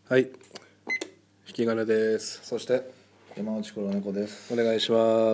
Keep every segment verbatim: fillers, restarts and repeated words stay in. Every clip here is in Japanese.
はい、引き金です。そして山内黒猫です。 お願いします。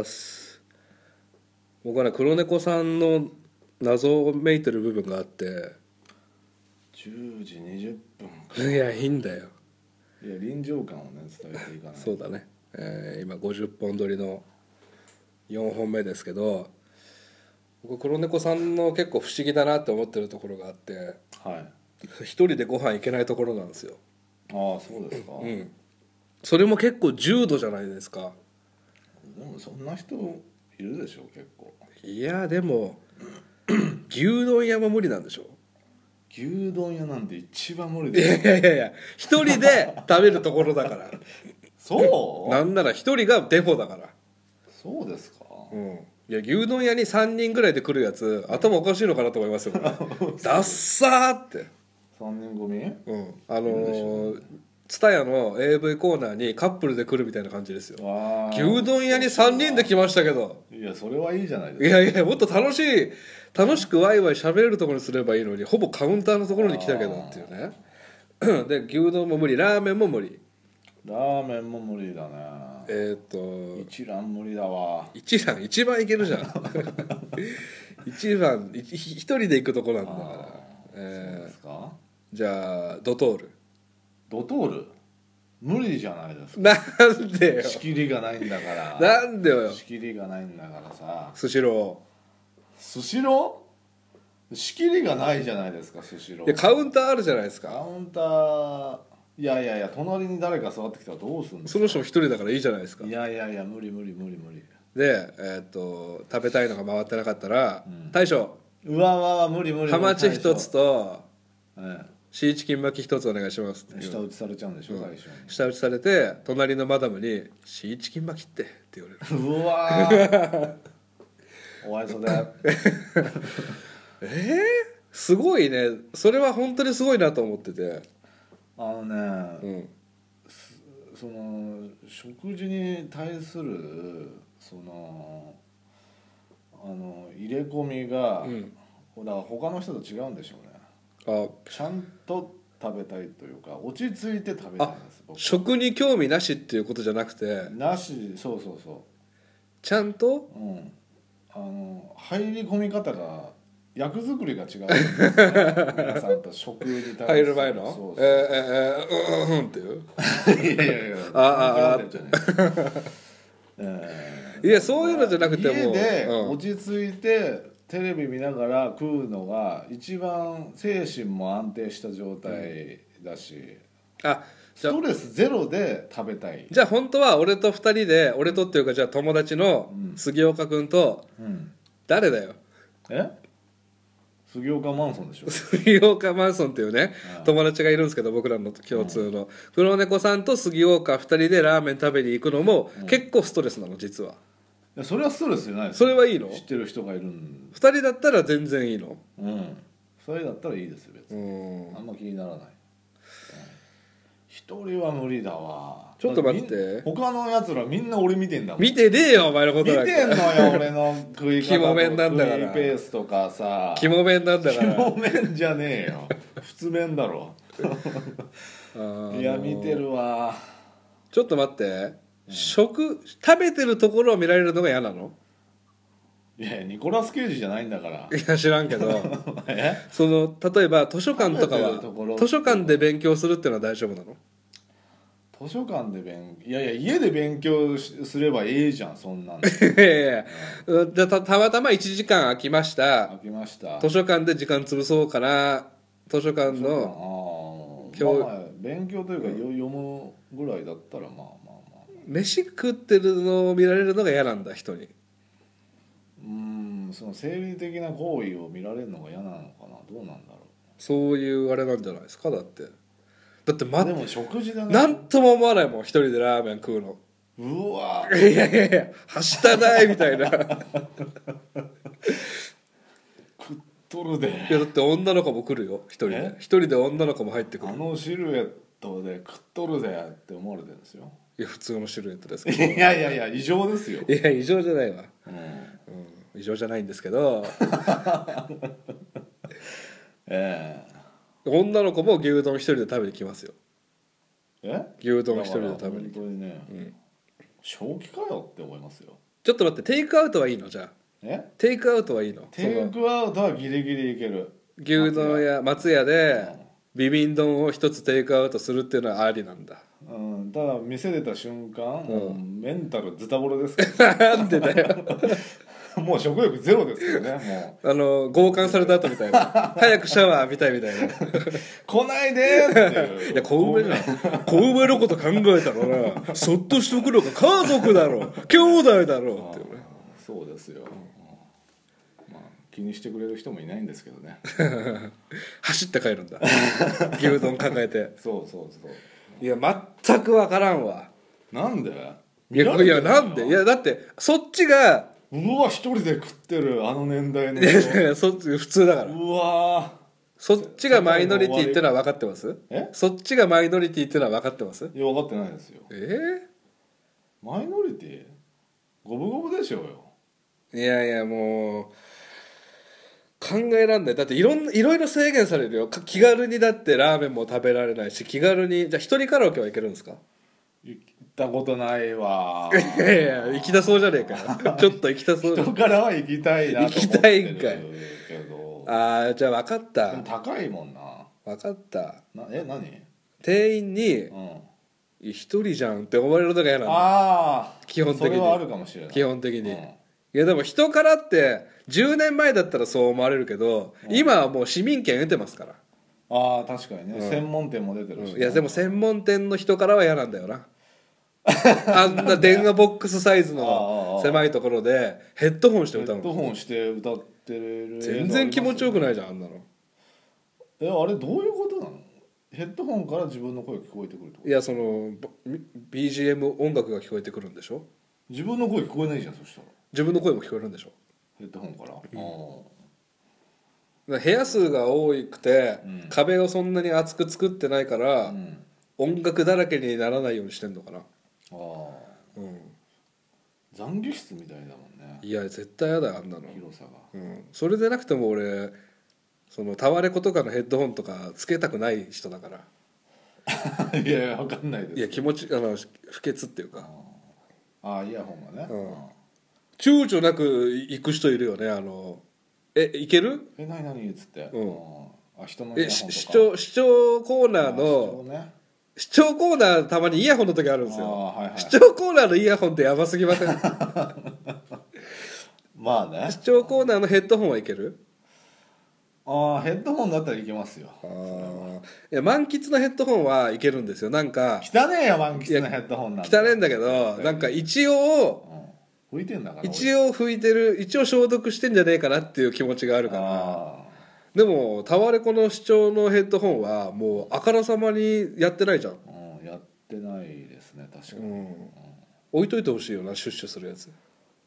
僕はね、黒猫さんの謎めいてる部分があって、 じゅうじにじゅっぷんか。 いやいいんだよ。 いや臨場感をね伝えていかないと。 そうだね、えー、今ごじゅっぽん撮りのよんほんめですけど、僕黒猫さんの結構不思議だなって思ってるところがあって、 はい。 一人でご飯行けないところなんですよ。 ああそうですか。 うん。それも結構重度じゃないですか。 でもそんな人いるでしょ結構。 いやでも牛丼屋も無理なんでしょ。 牛丼屋なんて一番無理いでやいやいやいや、一人で食べるところだからそうなんなら一人がデフォだから。 そうですか。 うん。いや牛丼屋にさんにんぐらいで来るやつ頭おかしいのかなと思いますよダッサーってさんにん組。 うんあのいるでしょーツタヤの エーブイ コーナーにカップルで来るみたいな感じですよ。 あー牛丼屋にさんにんで来ましたけど、 いやそれはいいじゃないいですか。 やいやもっと楽しい楽しくワイワイ喋れるところにすればいいのに、ほぼカウンターのところに来たけどっていうねで牛丼も無理、ラーメンも無理、 ラーメンも無理だね。 えーっと一蘭無理だわ。 一番一番いけるじゃん一番い一人で行くとこなんだから、 そうえーですか。 じゃあドトールドトール無理じゃないですか。 なんでよ仕切りがないんだから。 なんでよ。 仕切りがないんだからさ。 スシロスシロー仕切りがないじゃないですか。スシローーいやカウンターあるじゃないですカか。 ウンター。いやいやいや隣に誰か座ってきたらどうするんですか。 その人も一人だからいいじゃないですか。 いやいやいや無理無理無理無理。 で、えーっと食べたいのが回ってなかったら、 うん大将うわうわうわ無理無理無理。 ハマチ一つとえシーチキン巻き一つお願いしますってえ、 言う下打ちされちゃうんでしょ、 うん最初に。 舌打ちされて、隣のマダムに「シーチキン巻きって」って言われるうわーお愛想でえー、すごいね。それは本当にすごいなと思ってて、 あのね、 うんその食事に対するそのあの入れ込みが、 うん、 だから他の人と違うんでしょうね。 あちゃんと食べたいというか落ち着いて食べたいんです僕。 食に興味なしっていうことじゃなくて、 なし、そうそうそちゃんとう、うん、あの入り込み方が役作りが違うんですね皆さんと食に対する入る前のそうそうえー、えー、うんうんっていういやいやいやあああじゃないえーいやそういうのじゃなくても家でうん落ち着いてテレビ見ながら食うのが一番精神も安定した状態だし、 あじゃあストレスゼロで食べたい。 じゃあ本当は俺と二人で、俺とっていうかじゃあ友達のうん杉岡君と、 うん誰だよえ杉岡マンソンでしょ杉岡マンソンっていうねああ友達がいるんですけど、僕らの共通の黒猫さんと杉岡二人でラーメン食べに行くのも結構ストレスなの実は。 いやそれはストレスじゃないですそれはいいの？ 知ってる人がいるん。 二人だったら全然いいの？ うんそれだったらいいですよ別うに。 んあんま気にならない。一人は無理だわ。 ちょっと待ってだみん他のやつらみんな俺見てんだもん。 見てねえよお前のことなんか。 見てんのよ俺の食い方と肝麺なんだから食いペースとかさ。 肝麺なんだから肝麺じゃねえよ普通麺だろあのいや見てるわ。 ちょっと待って、食食べてるところを見られるのが嫌なの？ いやニコラス・ケイジじゃないんだからいや知らんけどえその例えば図書館とか食べてはるところ図書館で勉強するっていうのは大丈夫なの？ 図書館で勉いやいや家で勉強しすればいいじゃんそんなんいやいやうんでたたまたまいちじかん空きました飽きました。 図書館で時間潰そうかな、図書館図書の館あー教まあまあ勉強というか、よ読むぐらいだったらまあまあまあ飯食ってるのを見られるのが嫌なんだ人に。 うーんその生理的な行為を見られるのが嫌なのかなどうなんだろそういうあれなんじゃないですか。だってだって、ま、 うでも食事だね。 なんとも思わないもん一人でラーメン食うの。 うわいやいやいやはしたないみたいない食っとるでやだって女の子も来るよ一人でえ一人で女の子も入ってくる。 あのシルエットで食っとるでって思われてるんですよ。 いや普通のシルエットですけいどいやいやいや異常ですよ、 や異常じゃないわ、 うんうん、異常じゃないんですけどえ女の子も牛丼一人で食べに来ますよ。 え牛丼一人で食べに。 本当にね、 うん、 正気かよって思いますよ。 ちょっと待って、テイクアウトはいいの？じゃあえテイクアウトはいいの？ テイクアウトはギリギリいける。 牛丼や松屋でビビン丼を一つテイクアウトするっていうのはありなんだ。 うん、ただ店出た瞬間、 うん、 もうメンタルズタボロですから、ね、 なんでだよもう食欲ゼロですよね。もうあの強姦された後みたいな早くシャワー浴びたいみたいな来ないでっていう。 いや小梅な小梅のこと考えたらなそっとしとくのが家族だろ兄弟だろっていうね。 そうですよ、うん、まあ、気にしてくれる人もいないんですけどね走って帰るんだ牛丼抱えて。 そうそうそう。 いや全く分からんわ。 なんで？ いやいやなんで？いやだってそっちがうわ一人で食ってるあの年代のいやいやそっち普通だから。 うわそっちがマイノリティってのは分かってます？ えそっちがマイノリティってのは分かってます？ いや分かってないですよ。 えー、マイノリティ五分五分でしょうよ。 いやいやもう考えらんない。だっていろんいろいろ制限されるよ。気軽にだってラーメンも食べられないし、気軽にじゃあ一人カラオケは行けるんですか？ 行ったことないわ。 いやいや行きたそうじゃねえかよちょっと行きたそうじゃん。 人からは行きたいなと思ってる行きたいんかいけど。 ああじゃあ分かっでたも高いもんな。 分かった。 なえ何？ 店員にうん一人じゃんって思われるのが嫌なんだ。 ああ基本的にそれはあるかもしれない。 基本的に、 うん、 いやでも人からってじゅうねんまえだったらそう思われるけど、うん、今はもう市民権得てますから。 ああ確かにね、 うん、 専門店も出てるし、ね、 うん、いやでも専門店の人からは嫌なんだよなあんな電話ボックスサイズの狭いところでヘッドホンして歌うの。 ヘッドホンして歌ってる、 全然気持ちよくないじゃんあんなの。 えあれどういうことなの？ヘッドホンから自分の声聞こえてくるってこと？ いやその ビージーエム 音楽が聞こえてくるんでしょ。 自分の声聞こえないじゃん。そしたら自分の声も聞こえるんでしょヘッドホンから、 うん、部屋数が多くて、 うん、 壁をそんなに厚く作ってないから、 うん、 音楽だらけにならないようにしてんのかな。ああ、うん、 懺悔室みたいだもんね。 いや絶対やだよあんなの広さが、 うん、それでなくても俺そのタワレコとかのヘッドホンとかつけたくない人だからいやいや分かんないです。 いや気持ちあの不潔っていうか、 ああイヤホンがね、うん、 躊躇なく行く人いるよね。あのえ行ける？ え何何っつって、 うん、 あ人のイヤホンとか視聴視聴コーナーの視聴、ね、視聴コーナーたまにイヤホンの時あるんですよ、はいはい、視聴コーナーのイヤホンってやばすぎませんまあね視聴コーナーのヘッドホンはいける？ ああヘッドホンだったらいけますよ。あいや満喫のヘッドホンはいけるんですよ。なんか汚ねえよ満喫のヘッドホンなんて汚ねえんだけどなんか一応、 うん、拭いてんだから一応拭いてる一応消毒してんじゃねえかなっていう気持ちがあるから。でもタワレコの視聴のヘッドホンはもうあからさまにやってないじゃん、 うん、やってないですね確かに、うんうん、 置いといてほしいよなシュッシュするやつ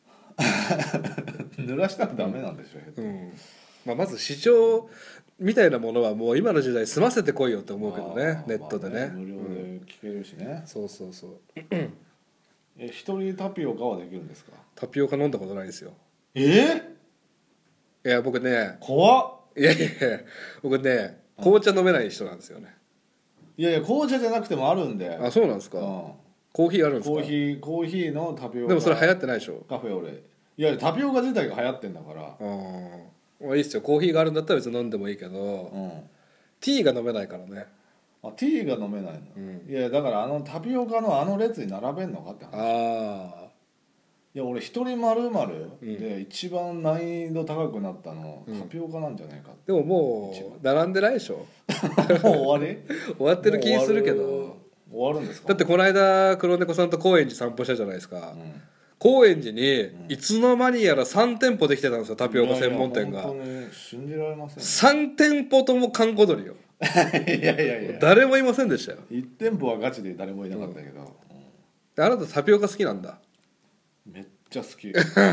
濡らしたらダメなんでしょ、うんうんまあ、まず視聴みたいなものはもう今の時代済ませてこいよって思うけどねネットでね、まあ、ね無料で聞けるしね、 うん、そうそうそうえ一人タピオカはできるんですか？ タピオカ飲んだことないですよ。 えー、 いや僕ね怖っいやいやいや僕ね紅茶飲めない人なんですよね。 いやいや紅茶じゃなくてもあるんで。 あそうなんですか、うん、コーヒーあるんですか？ コーヒーコーヒーのタピオカでもそれ流行ってないでしょカフェオレ。いやタピオカ自体が流行ってんだから。 うんいいっすよコーヒーがあるんだったら別に飲んでもいいけど、うん、ティーが飲めないからね。 あティーが飲めないの、うん、いやだからあのタピオカのあの列に並べんのかって話。ああいや俺一人丸々で一番難易度高くなったの、うん、タピオカなんじゃないかって。 でももう並んでないでしょもう終わり終わってる気するけど。 終わるんですか？ だってこの間黒猫さんと高円寺散歩したじゃないですか、うん、高円寺にいつの間にやらさん店舗できてたんですよタピオカ専門店が。 いやいや本当に信じられません、ね、 さん店舗とも閑古鳥よいやいやいや誰もいませんでしたよ。 いち店舗はガチで誰もいなかったけど、うんうん、あなたタピオカ好きなんだ？ めっちゃ好きい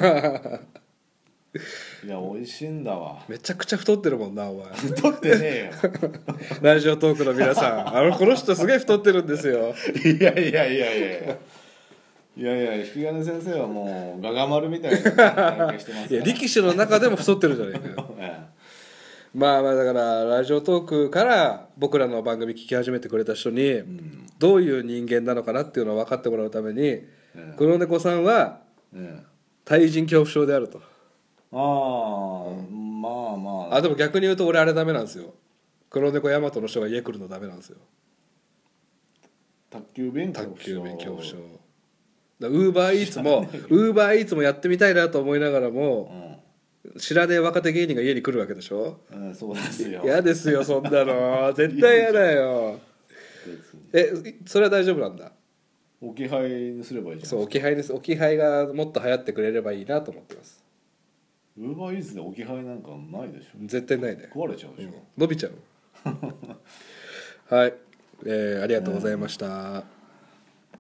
や美味しいんだわ。 めちゃくちゃ太ってるもんなお前。 太ってねえよラジオトークの皆さんあのこの人すげえ太ってるんですよいやいやいやいやいやいやいや引き金先生はもうガガ丸みたいな体型してますから。 いや力士の中でも太ってるじゃないかよまあまあだからラジオトークから僕らの番組聞き始めてくれた人にうんどういう人間なのかなっていうのを分かってもらうために、 ええ黒猫さんはええ対人恐怖症であると。 ああ、まあまああでも逆に言うと俺あれダメなんですよ。黒猫ヤマトの人が家来るのダメなんですよ。 宅急便恐宅怖症急便恐怖症。ウーバーイーツもウーバーイーツもやってみたいなと思いながらも、知らねえ若手芸人が家に来るわけでしょ。 うん、うん、そうですよ嫌ですよそんなの絶対嫌だよ。えそれは大丈夫なんだ。 置き配にすればいいじゃん。 そう置き配です。置き配がもっと流行ってくれればいいなと思ってます。 ウーバーイーツで置き配なんかないでしょ。 絶対ないね。 壊れちゃうでしょ、 うん、伸びちゃうはい、えー、ありがとうございました、